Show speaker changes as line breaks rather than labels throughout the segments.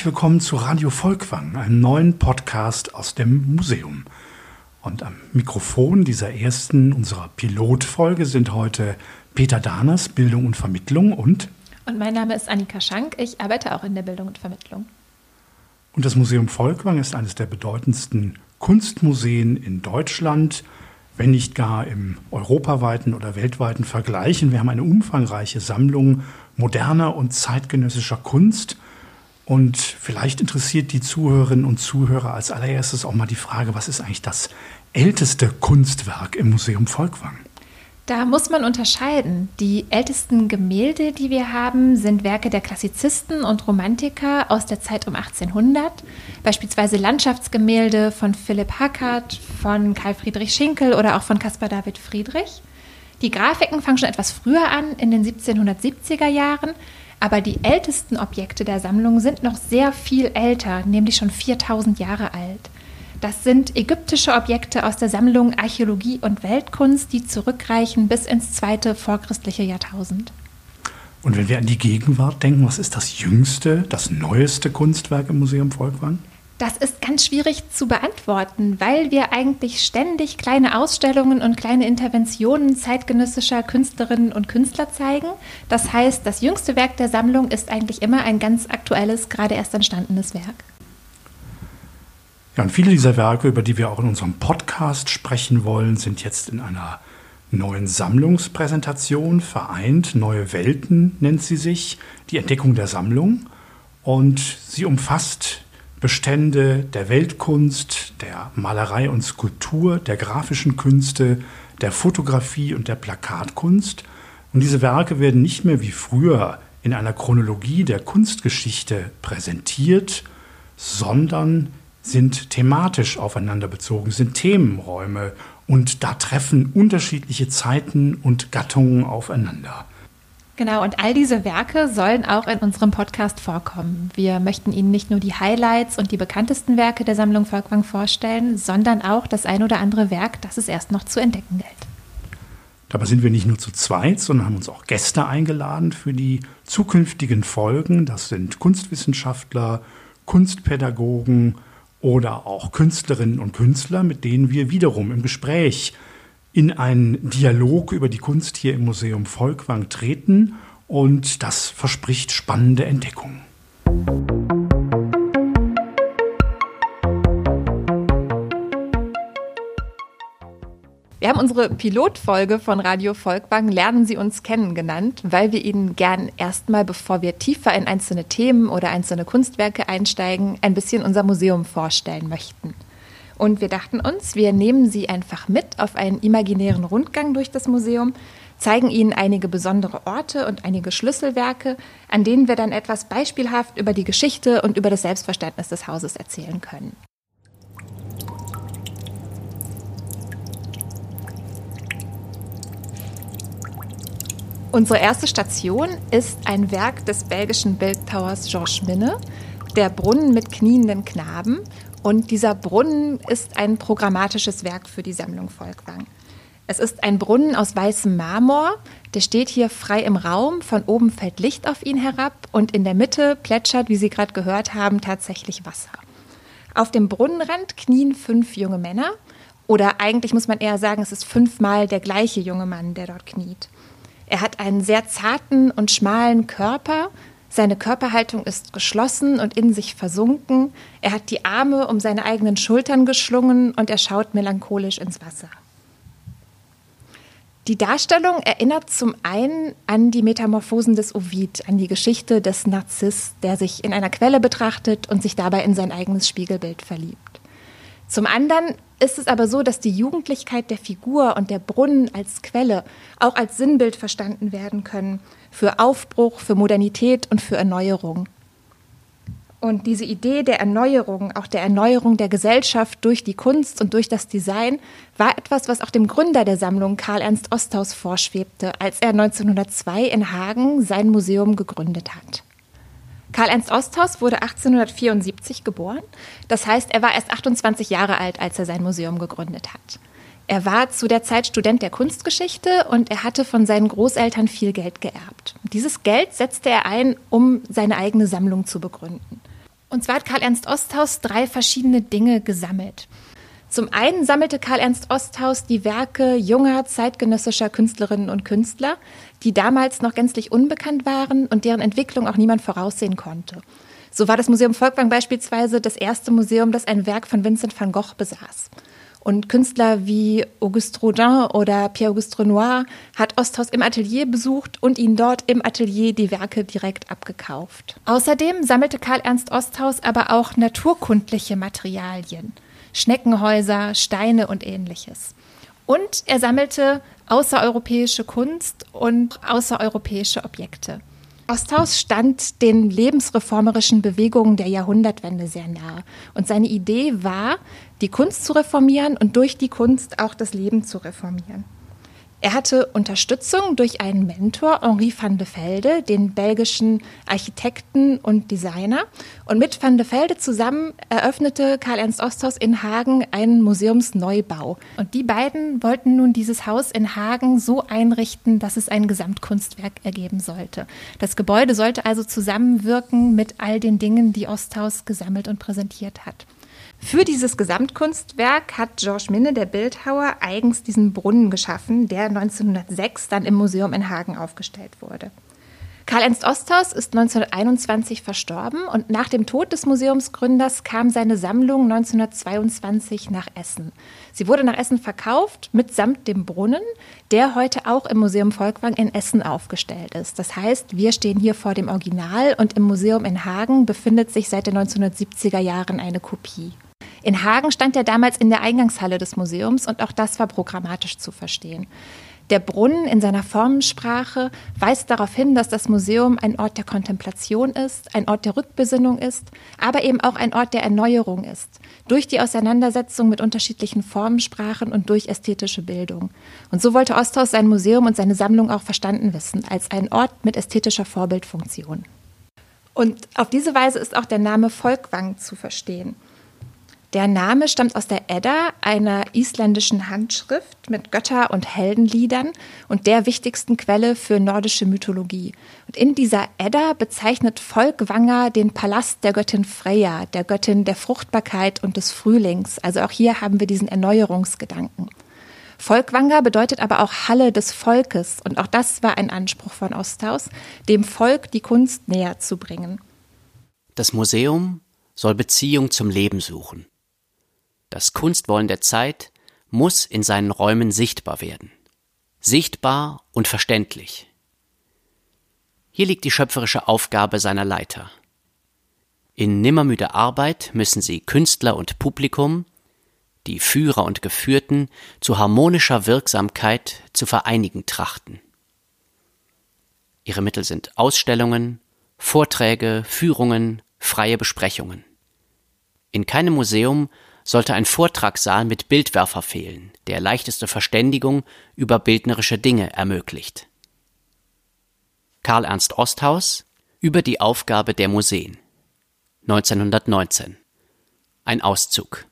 willkommen zu Radio Folkwang, einem neuen Podcast aus dem Museum. Und am Mikrofon dieser ersten unserer Pilotfolge sind heute Peter Dahners, Bildung und Vermittlung und
mein Name ist Annika Schank, ich arbeite auch in der Bildung und Vermittlung.
Und das Museum Folkwang ist eines der bedeutendsten Kunstmuseen in Deutschland, wenn nicht gar im europaweiten oder weltweiten Vergleich. Wir haben eine umfangreiche Sammlung moderner und zeitgenössischer Kunst. Und vielleicht interessiert die Zuhörerinnen und Zuhörer als allererstes auch mal die Frage, was ist eigentlich das älteste Kunstwerk im Museum Folkwang?
Da muss man unterscheiden. Die ältesten Gemälde, die wir haben, sind Werke der Klassizisten und Romantiker aus der Zeit um 1800. Beispielsweise Landschaftsgemälde von Philipp Hackert, von Karl Friedrich Schinkel oder auch von Caspar David Friedrich. Die Grafiken fangen schon etwas früher an, in den 1770er Jahren. Aber die ältesten Objekte der Sammlung sind noch sehr viel älter, nämlich schon 4000 Jahre alt. Das sind ägyptische Objekte aus der Sammlung Archäologie und Weltkunst, die zurückreichen bis ins zweite vorchristliche Jahrtausend.
Und wenn wir an die Gegenwart denken, was ist das jüngste, das neueste Kunstwerk im Museum Folkwang?
Das ist ganz schwierig zu beantworten, weil wir eigentlich ständig kleine Ausstellungen und kleine Interventionen zeitgenössischer Künstlerinnen und Künstler zeigen. Das heißt, das jüngste Werk der Sammlung ist eigentlich immer ein ganz aktuelles, gerade erst entstandenes Werk.
Ja, und viele dieser Werke, über die wir auch in unserem Podcast sprechen wollen, sind jetzt in einer neuen Sammlungspräsentation vereint. Neue Welten nennt sie sich, die Entdeckung der Sammlung. Und sie umfasst Bestände der Weltkunst, der Malerei und Skulptur, der grafischen Künste, der Fotografie und der Plakatkunst. Und diese Werke werden nicht mehr wie früher in einer Chronologie der Kunstgeschichte präsentiert, sondern sind thematisch aufeinander bezogen, sind Themenräume und da treffen unterschiedliche Zeiten und Gattungen aufeinander.
Genau, und all diese Werke sollen auch in unserem Podcast vorkommen. Wir möchten Ihnen nicht nur die Highlights und die bekanntesten Werke der Sammlung Folkwang vorstellen, sondern auch das ein oder andere Werk, das es erst noch zu entdecken gilt.
Dabei sind wir nicht nur zu zweit, sondern haben uns auch Gäste eingeladen für die zukünftigen Folgen. Das sind Kunstwissenschaftler, Kunstpädagogen oder auch Künstlerinnen und Künstler, mit denen wir wiederum im Gespräch in einen Dialog über die Kunst hier im Museum Folkwang treten, und das verspricht spannende Entdeckungen.
Wir haben unsere Pilotfolge von Radio Folkwang Lernen Sie uns kennen genannt, weil wir Ihnen gern erstmal, bevor wir tiefer in einzelne Themen oder einzelne Kunstwerke einsteigen, ein bisschen unser Museum vorstellen möchten. Und wir dachten uns, wir nehmen Sie einfach mit auf einen imaginären Rundgang durch das Museum, zeigen Ihnen einige besondere Orte und einige Schlüsselwerke, an denen wir dann etwas beispielhaft über die Geschichte und über das Selbstverständnis des Hauses erzählen können. Unsere erste Station ist ein Werk des belgischen Bildhauers Georges Minne, der Brunnen mit knienden Knaben. Und dieser Brunnen ist ein programmatisches Werk für die Sammlung Folkwang. Es ist ein Brunnen aus weißem Marmor, der steht hier frei im Raum, von oben fällt Licht auf ihn herab und in der Mitte plätschert, wie Sie gerade gehört haben, tatsächlich Wasser. Auf dem Brunnenrand knien 5 junge Männer, oder eigentlich muss man eher sagen, es ist 5-mal der gleiche junge Mann, der dort kniet. Er hat einen sehr zarten und schmalen Körper. Seine Körperhaltung ist geschlossen und in sich versunken. Er hat die Arme um seine eigenen Schultern geschlungen und er schaut melancholisch ins Wasser. Die Darstellung erinnert zum einen an die Metamorphosen des Ovid, an die Geschichte des Narziss, der sich in einer Quelle betrachtet und sich dabei in sein eigenes Spiegelbild verliebt. Zum anderen ist es aber so, dass die Jugendlichkeit der Figur und der Brunnen als Quelle auch als Sinnbild verstanden werden können für Aufbruch, für Modernität und für Erneuerung. Und diese Idee der Erneuerung, auch der Erneuerung der Gesellschaft durch die Kunst und durch das Design, war etwas, was auch dem Gründer der Sammlung Karl Ernst Osthaus vorschwebte, als er 1902 in Hagen sein Museum gegründet hat. Karl Ernst Osthaus wurde 1874 geboren. Das heißt, er war erst 28 Jahre alt, als er sein Museum gegründet hat. Er war zu der Zeit Student der Kunstgeschichte und er hatte von seinen Großeltern viel Geld geerbt. Dieses Geld setzte er ein, um seine eigene Sammlung zu begründen. Und zwar hat Karl Ernst Osthaus 3 verschiedene Dinge gesammelt. Zum einen sammelte Karl Ernst Osthaus die Werke junger zeitgenössischer Künstlerinnen und Künstler, die damals noch gänzlich unbekannt waren und deren Entwicklung auch niemand voraussehen konnte. So war das Museum Folkwang beispielsweise das erste Museum, das ein Werk von Vincent van Gogh besaß. Und Künstler wie Auguste Rodin oder Pierre-Auguste Renoir hat Osthaus im Atelier besucht und ihnen dort im Atelier die Werke direkt abgekauft. Außerdem sammelte Karl Ernst Osthaus aber auch naturkundliche Materialien, Schneckenhäuser, Steine und Ähnliches. Und er sammelte außereuropäische Kunst und außereuropäische Objekte. Osthaus stand den lebensreformerischen Bewegungen der Jahrhundertwende sehr nahe. Und seine Idee war, die Kunst zu reformieren und durch die Kunst auch das Leben zu reformieren. Er hatte Unterstützung durch einen Mentor, Henri van de Velde, den belgischen Architekten und Designer. Und mit van de Velde zusammen eröffnete Karl Ernst Osthaus in Hagen einen Museumsneubau. Und die beiden wollten nun dieses Haus in Hagen so einrichten, dass es ein Gesamtkunstwerk ergeben sollte. Das Gebäude sollte also zusammenwirken mit all den Dingen, die Osthaus gesammelt und präsentiert hat. Für dieses Gesamtkunstwerk hat Georges Minne, der Bildhauer, eigens diesen Brunnen geschaffen, der 1906 dann im Museum in Hagen aufgestellt wurde. Karl Ernst Osthaus ist 1921 verstorben und nach dem Tod des Museumsgründers kam seine Sammlung 1922 nach Essen. Sie wurde nach Essen verkauft, mitsamt dem Brunnen, der heute auch im Museum Folkwang in Essen aufgestellt ist. Das heißt, wir stehen hier vor dem Original und im Museum in Hagen befindet sich seit den 1970er Jahren eine Kopie. In Hagen stand er damals in der Eingangshalle des Museums und auch das war programmatisch zu verstehen. Der Brunnen in seiner Formensprache weist darauf hin, dass das Museum ein Ort der Kontemplation ist, ein Ort der Rückbesinnung ist, aber eben auch ein Ort der Erneuerung ist, durch die Auseinandersetzung mit unterschiedlichen Formensprachen und durch ästhetische Bildung. Und so wollte Osthaus sein Museum und seine Sammlung auch verstanden wissen, als ein Ort mit ästhetischer Vorbildfunktion. Und auf diese Weise ist auch der Name Folkwang zu verstehen. Der Name stammt aus der Edda, einer isländischen Handschrift mit Götter- und Heldenliedern und der wichtigsten Quelle für nordische Mythologie. Und in dieser Edda bezeichnet Folkvangr den Palast der Göttin Freyja, der Göttin der Fruchtbarkeit und des Frühlings. Also auch hier haben wir diesen Erneuerungsgedanken. Folkwangr bedeutet aber auch Halle des Volkes und auch das war ein Anspruch von Osthaus, dem Volk die Kunst näher zu bringen.
Das Museum soll Beziehung zum Leben suchen. Das Kunstwollen der Zeit muss in seinen Räumen sichtbar werden. Sichtbar und verständlich. Hier liegt die schöpferische Aufgabe seiner Leiter. In nimmermüder Arbeit müssen sie Künstler und Publikum, die Führer und Geführten, zu harmonischer Wirksamkeit zu vereinigen trachten. Ihre Mittel sind Ausstellungen, Vorträge, Führungen, freie Besprechungen. In keinem Museum sollte ein Vortragssaal mit Bildwerfer fehlen, der leichteste Verständigung über bildnerische Dinge ermöglicht. Karl Ernst Osthaus über die Aufgabe der Museen. 1919. Ein Auszug.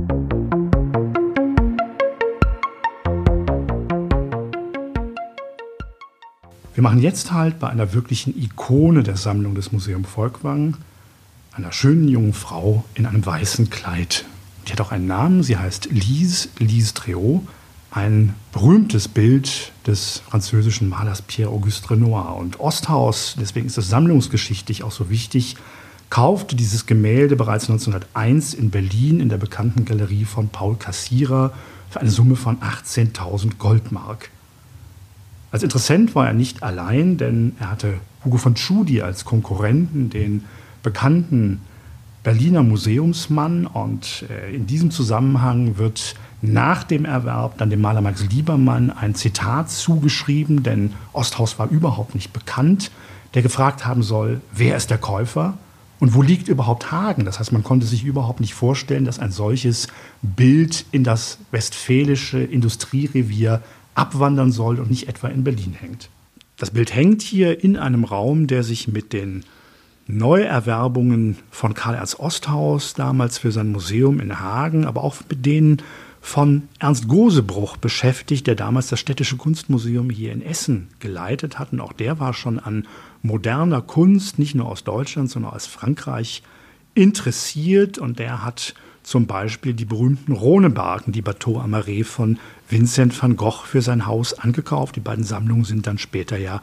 Wir machen jetzt halt bei einer wirklichen Ikone der Sammlung des Museum Folkwang, einer schönen jungen Frau in einem weißen Kleid. Die hat auch einen Namen, sie heißt Lise Tréault, ein berühmtes Bild des französischen Malers Pierre-Auguste Renoir. Und Osthaus, deswegen ist es sammlungsgeschichtlich auch so wichtig, kaufte dieses Gemälde bereits 1901 in Berlin in der bekannten Galerie von Paul Cassirer für eine Summe von 18.000 Goldmark. Als Interessent war er nicht allein, denn er hatte Hugo von Tschudi als Konkurrenten, den bekannten Berliner Museumsmann, und in diesem Zusammenhang wird nach dem Erwerb dann dem Maler Max Liebermann ein Zitat zugeschrieben, denn Osthaus war überhaupt nicht bekannt, der gefragt haben soll, wer ist der Käufer und wo liegt überhaupt Hagen? Das heißt, man konnte sich überhaupt nicht vorstellen, dass ein solches Bild in das westfälische Industrierevier abwandern soll und nicht etwa in Berlin hängt. Das Bild hängt hier in einem Raum, der sich mit den Neuerwerbungen von Karl Ernst Osthaus damals für sein Museum in Hagen, aber auch mit denen von Ernst Gosebruch beschäftigt, der damals das Städtische Kunstmuseum hier in Essen geleitet hat. Und auch der war schon an moderner Kunst, nicht nur aus Deutschland, sondern aus Frankreich, interessiert und der hat zum Beispiel die berühmten Rhonebarken, die Bateau Amaret von Vincent van Gogh für sein Haus angekauft. Die beiden Sammlungen sind dann später ja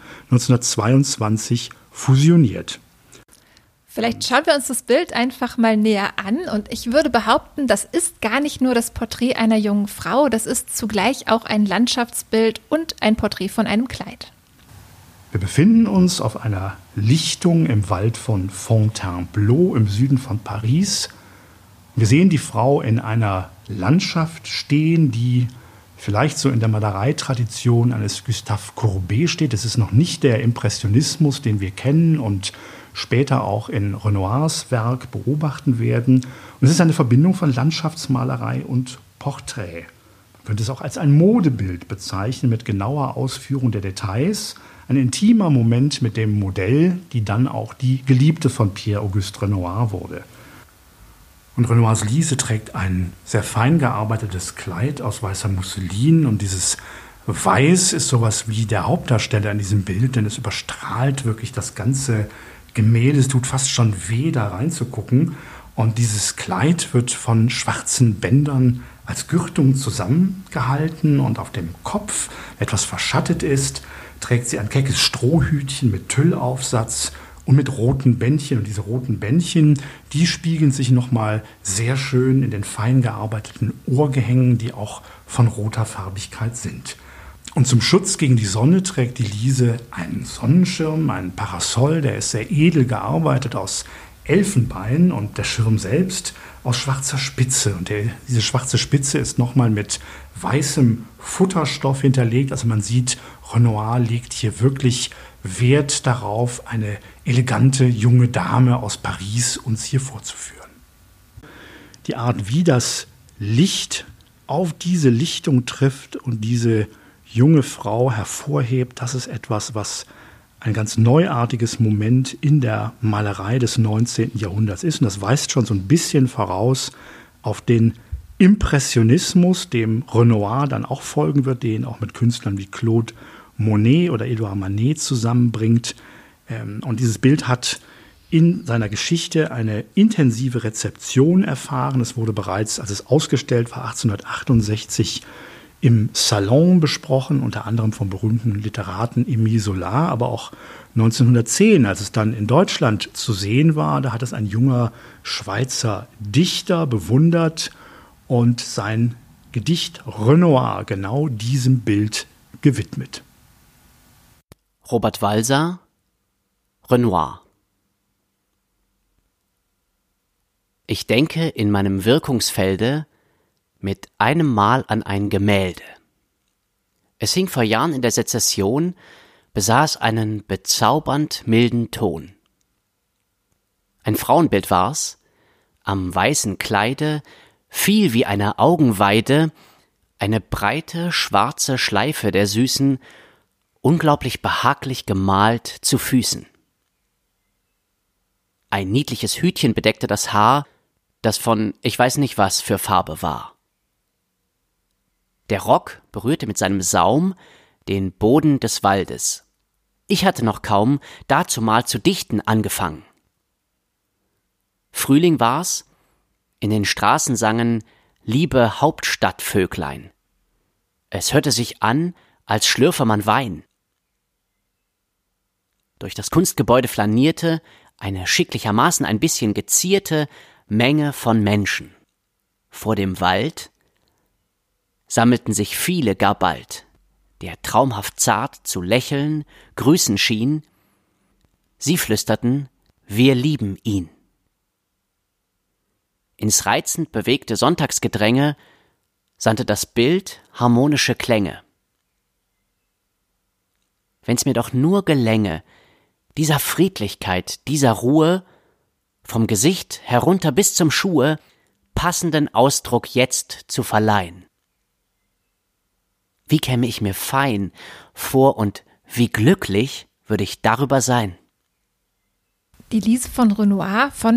1922 fusioniert.
Vielleicht schauen wir uns das Bild einfach mal näher an und ich würde behaupten, das ist gar nicht nur das Porträt einer jungen Frau, das ist zugleich auch ein Landschaftsbild und ein Porträt von einem Kleid.
Wir befinden uns auf einer Lichtung im Wald von Fontainebleau im Süden von Paris. Wir sehen die Frau in einer Landschaft stehen, die vielleicht so in der Malereitradition eines Gustave Courbet steht. Es ist noch nicht der Impressionismus, den wir kennen und später auch in Renoirs Werk beobachten werden. Und es ist eine Verbindung von Landschaftsmalerei und Porträt. Man könnte es auch als ein Modebild bezeichnen mit genauer Ausführung der Details. Ein intimer Moment mit dem Modell, die dann auch die Geliebte von Pierre-Auguste Renoir wurde. Und Renoirs Lise trägt ein sehr fein gearbeitetes Kleid aus weißer Musselin und dieses Weiß ist sowas wie der Hauptdarsteller in diesem Bild, denn es überstrahlt wirklich das ganze Gemälde. Es tut fast schon weh, da reinzugucken. Und dieses Kleid wird von schwarzen Bändern als Gürtung zusammengehalten und auf dem Kopf, etwas verschattet ist, trägt sie ein keckes Strohhütchen mit Tüllaufsatz und mit roten Bändchen. Und diese roten Bändchen, die spiegeln sich nochmal sehr schön in den fein gearbeiteten Ohrgehängen, die auch von roter Farbigkeit sind. Und zum Schutz gegen die Sonne trägt die Lise einen Sonnenschirm, einen Parasol, der ist sehr edel gearbeitet aus Elfenbein und der Schirm selbst aus schwarzer Spitze. Und diese schwarze Spitze ist nochmal mit weißem Futterstoff hinterlegt. Also man sieht, Renoir legt hier wirklich Wert darauf, eine elegante junge Dame aus Paris uns hier vorzuführen. Die Art, wie das Licht auf diese Lichtung trifft und diese junge Frau hervorhebt, das ist etwas, was ein ganz neuartiges Moment in der Malerei des 19. Jahrhunderts ist. Und das weist schon so ein bisschen voraus auf den Impressionismus, dem Renoir dann auch folgen wird, den auch mit Künstlern wie Claude Monet oder Edouard Manet zusammenbringt. Und dieses Bild hat in seiner Geschichte eine intensive Rezeption erfahren. Es wurde bereits, als es ausgestellt war, 1868 im Salon besprochen, unter anderem vom berühmten Literaten Émile Zola, aber auch 1910, als es dann in Deutschland zu sehen war, da hat es ein junger Schweizer Dichter bewundert und sein Gedicht Renoir genau diesem Bild gewidmet.
Robert Walser, Renoir. Ich denke in meinem Wirkungsfelde mit einem Mal an ein Gemälde. Es hing vor Jahren in der Sezession, besaß einen bezaubernd milden Ton. Ein Frauenbild war's, am weißen Kleide fiel wie eine Augenweide eine breite, schwarze Schleife der Süßen, unglaublich behaglich gemalt zu Füßen. Ein niedliches Hütchen bedeckte das Haar, das von ich weiß nicht was für Farbe war. Der Rock berührte mit seinem Saum den Boden des Waldes. Ich hatte noch kaum dazumal zu dichten angefangen. Frühling war's, in den Straßen sangen liebe Hauptstadtvöglein. Es hörte sich an, als schlürfe man Wein. Durch das Kunstgebäude flanierte eine schicklichermaßen ein bisschen gezierte Menge von Menschen. Vor dem Wald sammelten sich viele gar bald, der traumhaft zart zu lächeln, grüßen schien. Sie flüsterten, wir lieben ihn. Ins reizend bewegte Sonntagsgedränge sandte das Bild harmonische Klänge. Wenn's mir doch nur gelänge, dieser Friedlichkeit, dieser Ruhe, vom Gesicht herunter bis zum Schuhe, passenden Ausdruck jetzt zu verleihen. Wie käme ich mir fein vor und wie glücklich würde ich darüber sein.
Die Lise von Renoir von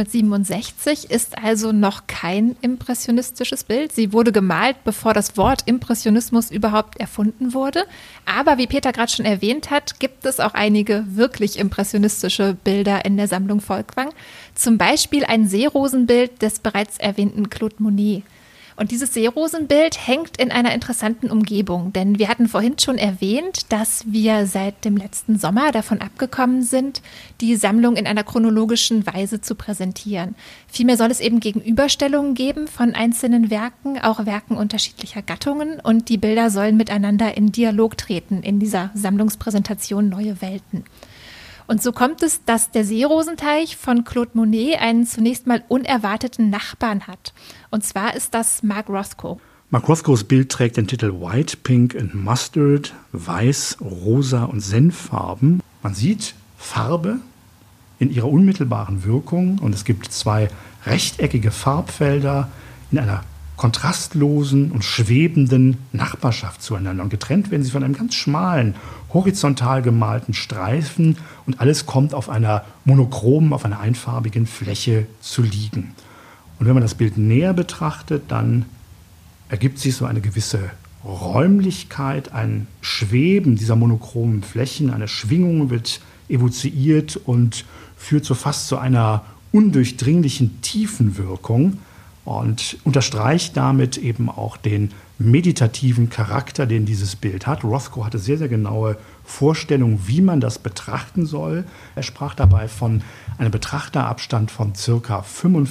1867 ist also noch kein impressionistisches Bild. Sie wurde gemalt, bevor das Wort Impressionismus überhaupt erfunden wurde. Aber wie Peter gerade schon erwähnt hat, gibt es auch einige wirklich impressionistische Bilder in der Sammlung Volkwang. Zum Beispiel ein Seerosenbild des bereits erwähnten Claude Monet. Und dieses Seerosenbild hängt in einer interessanten Umgebung, denn wir hatten vorhin schon erwähnt, dass wir seit dem letzten Sommer davon abgekommen sind, die Sammlung in einer chronologischen Weise zu präsentieren. Vielmehr soll es eben Gegenüberstellungen geben von einzelnen Werken, auch Werken unterschiedlicher Gattungen, und die Bilder sollen miteinander in Dialog treten in dieser Sammlungspräsentation Neue Welten. Und so kommt es, dass der Seerosenteich von Claude Monet einen zunächst mal unerwarteten Nachbarn hat. Und zwar ist das Mark Rothko.
Mark Rothkos Bild trägt den Titel White, Pink and Mustard, Weiß, Rosa und Senffarben. Man sieht Farbe in ihrer unmittelbaren Wirkung und es gibt zwei rechteckige Farbfelder in einer kontrastlosen und schwebenden Nachbarschaft zueinander. Und getrennt werden sie von einem ganz schmalen, horizontal gemalten Streifen und alles kommt auf einer monochromen, auf einer einfarbigen Fläche zu liegen. Und wenn man das Bild näher betrachtet, dann ergibt sich so eine gewisse Räumlichkeit, ein Schweben dieser monochromen Flächen, eine Schwingung wird evoziert und führt so fast zu einer undurchdringlichen Tiefenwirkung und unterstreicht damit eben auch den meditativen Charakter, den dieses Bild hat. Rothko hatte sehr, sehr genaue Vorstellungen, wie man das betrachten soll. Er sprach dabei von einem Betrachterabstand von circa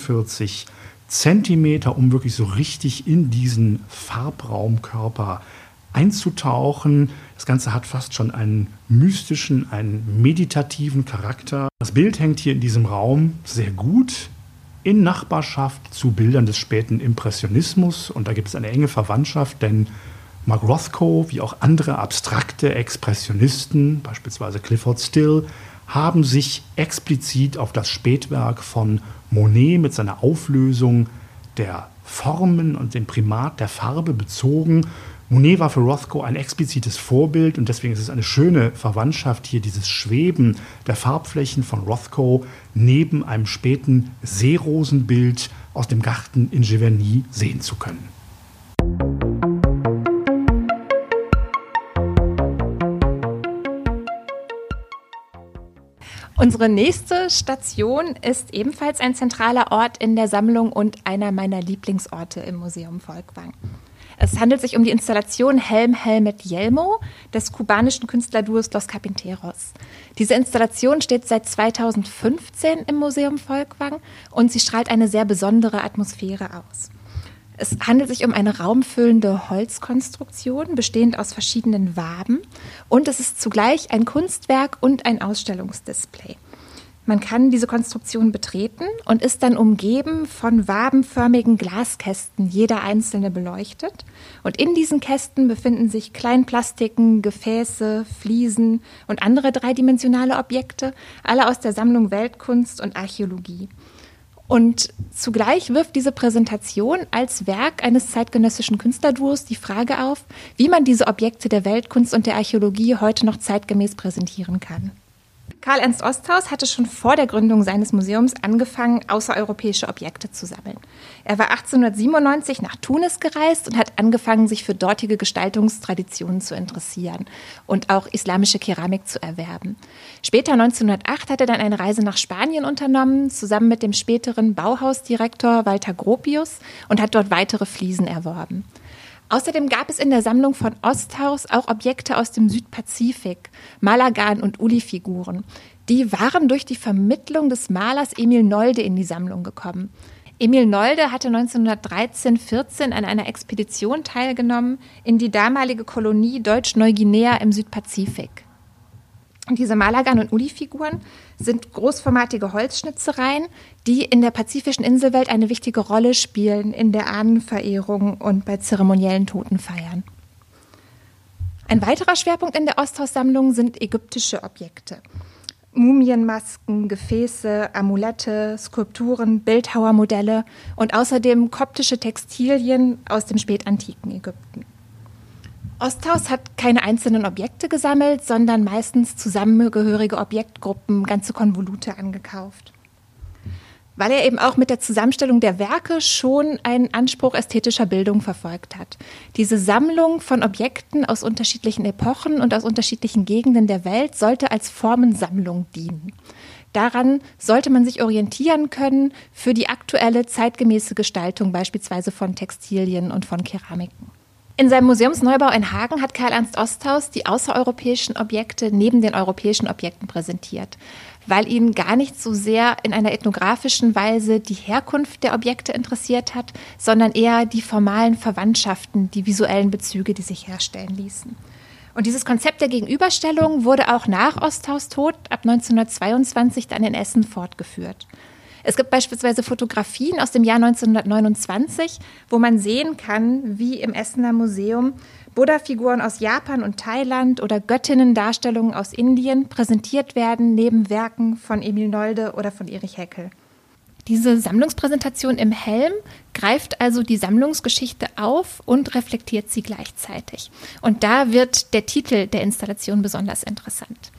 45 Zentimeter, um wirklich so richtig in diesen Farbraumkörper einzutauchen. Das Ganze hat fast schon einen mystischen, einen meditativen Charakter. Das Bild hängt hier in diesem Raum sehr gut in Nachbarschaft zu Bildern des späten Impressionismus. Und da gibt es eine enge Verwandtschaft, denn Mark Rothko, wie auch andere abstrakte Expressionisten, beispielsweise Clifford Still, haben sich explizit auf das Spätwerk von Monet mit seiner Auflösung der Formen und dem Primat der Farbe bezogen. Monet war für Rothko ein explizites Vorbild und deswegen ist es eine schöne Verwandtschaft, hier dieses Schweben der Farbflächen von Rothko neben einem späten Seerosenbild aus dem Garten in Giverny sehen zu können.
Unsere nächste Station ist ebenfalls ein zentraler Ort in der Sammlung und einer meiner Lieblingsorte im Museum Volkwang. Es handelt sich um die Installation Helm Helmet Yelmo des kubanischen Künstlerduos Los Carpinteros. Diese Installation steht seit 2015 im Museum Volkwang und sie strahlt eine sehr besondere Atmosphäre aus. Es handelt sich um eine raumfüllende Holzkonstruktion, bestehend aus verschiedenen Waben, und es ist zugleich ein Kunstwerk und ein Ausstellungsdisplay. Man kann diese Konstruktion betreten und ist dann umgeben von wabenförmigen Glaskästen, jeder einzelne beleuchtet. Und in diesen Kästen befinden sich Kleinplastiken, Gefäße, Fliesen und andere dreidimensionale Objekte, alle aus der Sammlung Weltkunst und Archäologie. Und zugleich wirft diese Präsentation als Werk eines zeitgenössischen Künstlerduos die Frage auf, wie man diese Objekte der Weltkunst und der Archäologie heute noch zeitgemäß präsentieren kann. Karl Ernst Osthaus hatte schon vor der Gründung seines Museums angefangen, außereuropäische Objekte zu sammeln. Er war 1897 nach Tunis gereist und hat angefangen, sich für dortige Gestaltungstraditionen zu interessieren und auch islamische Keramik zu erwerben. Später, 1908, hat er dann eine Reise nach Spanien unternommen, zusammen mit dem späteren Bauhausdirektor Walter Gropius, und hat dort weitere Fliesen erworben. Außerdem gab es in der Sammlung von Osthaus auch Objekte aus dem Südpazifik, Malagan- und Uli-Figuren. Die waren durch die Vermittlung des Malers Emil Nolde in die Sammlung gekommen. Emil Nolde hatte 1913/14 an einer Expedition teilgenommen in die damalige Kolonie Deutsch-Neuguinea im Südpazifik. Und diese Malagan- und Uli-Figuren sind großformatige Holzschnitzereien, die in der pazifischen Inselwelt eine wichtige Rolle spielen in der Ahnenverehrung und bei zeremoniellen Totenfeiern. Ein weiterer Schwerpunkt in der Osthaus-Sammlung sind ägyptische Objekte. Mumienmasken, Gefäße, Amulette, Skulpturen, Bildhauermodelle und außerdem koptische Textilien aus dem spätantiken Ägypten. Osthaus hat keine einzelnen Objekte gesammelt, sondern meistens zusammengehörige Objektgruppen, ganze Konvolute angekauft. Weil er eben auch mit der Zusammenstellung der Werke schon einen Anspruch ästhetischer Bildung verfolgt hat. Diese Sammlung von Objekten aus unterschiedlichen Epochen und aus unterschiedlichen Gegenden der Welt sollte als Formensammlung dienen. Daran sollte man sich orientieren können für die aktuelle zeitgemäße Gestaltung beispielsweise von Textilien und von Keramiken. In seinem Museumsneubau in Hagen hat Karl Ernst Osthaus die außereuropäischen Objekte neben den europäischen Objekten präsentiert, weil ihn gar nicht so sehr in einer ethnografischen Weise die Herkunft der Objekte interessiert hat, sondern eher die formalen Verwandtschaften, die visuellen Bezüge, die sich herstellen ließen. Und dieses Konzept der Gegenüberstellung wurde auch nach Osthaus' Tod ab 1922 dann in Essen fortgeführt. Es gibt beispielsweise Fotografien aus dem Jahr 1929, wo man sehen kann, wie im Essener Museum Buddha-Figuren aus Japan und Thailand oder Göttinnen-Darstellungen aus Indien präsentiert werden, neben Werken von Emil Nolde oder von Erich Heckel. Diese Sammlungspräsentation im Helm greift also die Sammlungsgeschichte auf und reflektiert sie gleichzeitig. Und da wird der Titel der Installation besonders interessant.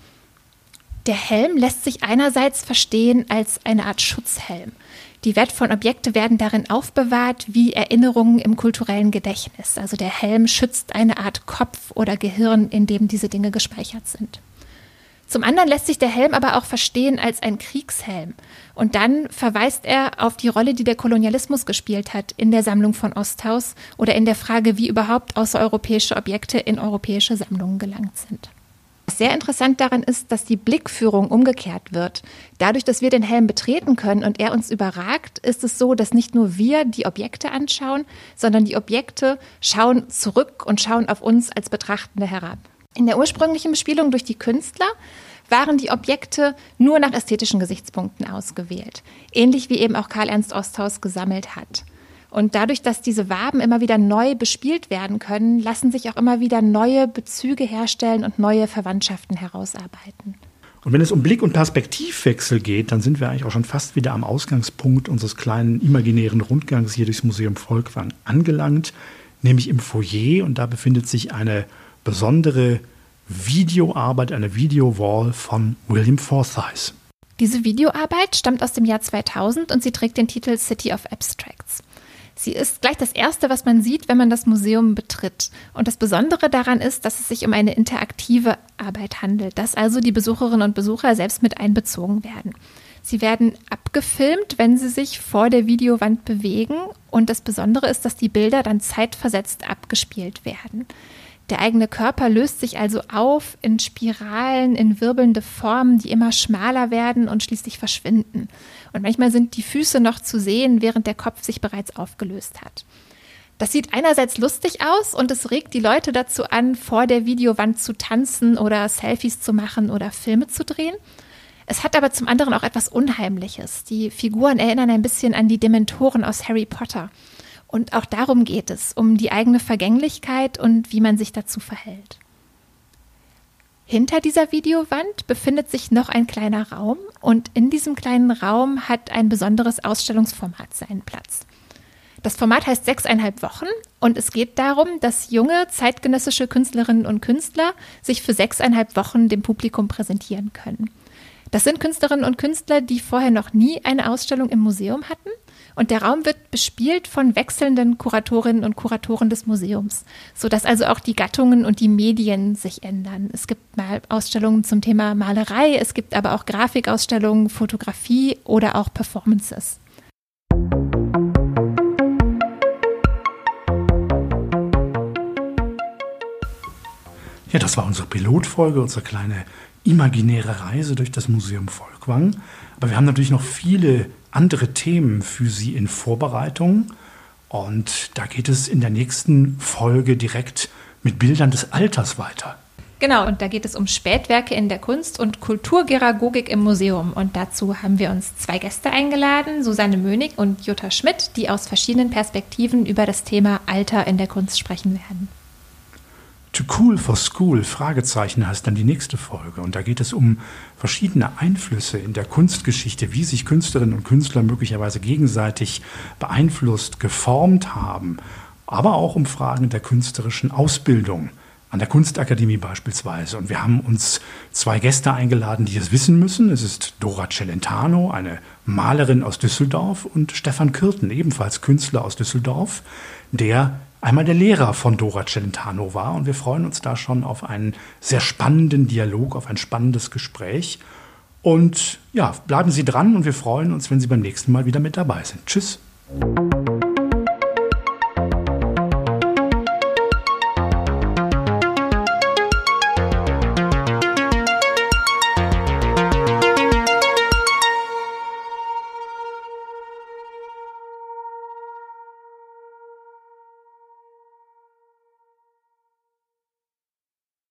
Der Helm lässt sich einerseits verstehen als eine Art Schutzhelm. Die wertvollen Objekte werden darin aufbewahrt wie Erinnerungen im kulturellen Gedächtnis. Also der Helm schützt eine Art Kopf oder Gehirn, in dem diese Dinge gespeichert sind. Zum anderen lässt sich der Helm aber auch verstehen als ein Kriegshelm. Und dann verweist er auf die Rolle, die der Kolonialismus gespielt hat in der Sammlung von Osthaus oder in der Frage, wie überhaupt außereuropäische Objekte in europäische Sammlungen gelangt sind. Was sehr interessant daran ist, dass die Blickführung umgekehrt wird. Dadurch, dass wir den Helm betreten können und er uns überragt, ist es so, dass nicht nur wir die Objekte anschauen, sondern die Objekte schauen zurück und schauen auf uns als Betrachtende herab. In der ursprünglichen Bespielung durch die Künstler waren die Objekte nur nach ästhetischen Gesichtspunkten ausgewählt, ähnlich wie eben auch Karl Ernst Osthaus gesammelt hat. Und dadurch, dass diese Waben immer wieder neu bespielt werden können, lassen sich auch immer wieder neue Bezüge herstellen und neue Verwandtschaften herausarbeiten.
Und wenn es um Blick- und Perspektivwechsel geht, dann sind wir eigentlich auch schon fast wieder am Ausgangspunkt unseres kleinen imaginären Rundgangs hier durchs Museum Folkwang angelangt, nämlich im Foyer. Und da befindet sich eine besondere Videoarbeit, eine Videowall von William Forsyth.
Diese Videoarbeit stammt aus dem Jahr 2000 und sie trägt den Titel City of Abstracts. Sie ist gleich das Erste, was man sieht, wenn man das Museum betritt. Und das Besondere daran ist, dass es sich um eine interaktive Arbeit handelt, dass also die Besucherinnen und Besucher selbst mit einbezogen werden. Sie werden abgefilmt, wenn sie sich vor der Videowand bewegen. Und das Besondere ist, dass die Bilder dann zeitversetzt abgespielt werden. Der eigene Körper löst sich also auf in Spiralen, in wirbelnde Formen, die immer schmaler werden und schließlich verschwinden. Und manchmal sind die Füße noch zu sehen, während der Kopf sich bereits aufgelöst hat. Das sieht einerseits lustig aus und es regt die Leute dazu an, vor der Videowand zu tanzen oder Selfies zu machen oder Filme zu drehen. Es hat aber zum anderen auch etwas Unheimliches. Die Figuren erinnern ein bisschen an die Dementoren aus Harry Potter. Und auch darum geht es, um die eigene Vergänglichkeit und wie man sich dazu verhält. Hinter dieser Videowand befindet sich noch ein kleiner Raum und in diesem kleinen Raum hat ein besonderes Ausstellungsformat seinen Platz. Das Format heißt 6,5 Wochen und es geht darum, dass junge zeitgenössische Künstlerinnen und Künstler sich für 6,5 Wochen dem Publikum präsentieren können. Das sind Künstlerinnen und Künstler, die vorher noch nie eine Ausstellung im Museum hatten. Und der Raum wird bespielt von wechselnden Kuratorinnen und Kuratoren des Museums, sodass also auch die Gattungen und die Medien sich ändern. Es gibt mal Ausstellungen zum Thema Malerei, es gibt aber auch Grafikausstellungen, Fotografie oder auch Performances.
Ja, das war unsere Pilotfolge, unsere kleine imaginäre Reise durch das Museum Folkwang. Aber wir haben natürlich noch viele andere Themen für Sie in Vorbereitung. Und da geht es in der nächsten Folge direkt mit Bildern des Alters weiter.
Genau, und da geht es um Spätwerke in der Kunst und Kulturgeragogik im Museum. Und dazu haben wir uns 2 Gäste eingeladen, Susanne Mönig und Jutta Schmidt, die aus verschiedenen Perspektiven über das Thema Alter in der Kunst sprechen werden.
Too Cool for School, Fragezeichen, heißt dann die nächste Folge. Und da geht es um verschiedene Einflüsse in der Kunstgeschichte, wie sich Künstlerinnen und Künstler möglicherweise gegenseitig beeinflusst, geformt haben. Aber auch um Fragen der künstlerischen Ausbildung an der Kunstakademie beispielsweise. Und wir haben uns 2 Gäste eingeladen, die es wissen müssen. Es ist Dora Celentano, eine Malerin aus Düsseldorf, und Stefan Kürten, ebenfalls Künstler aus Düsseldorf, der einmal der Lehrer von Dora Celentano war. Und wir freuen uns da schon auf einen sehr spannenden Dialog, auf ein spannendes Gespräch. Und ja, bleiben Sie dran und wir freuen uns, wenn Sie beim nächsten Mal wieder mit dabei sind. Tschüss.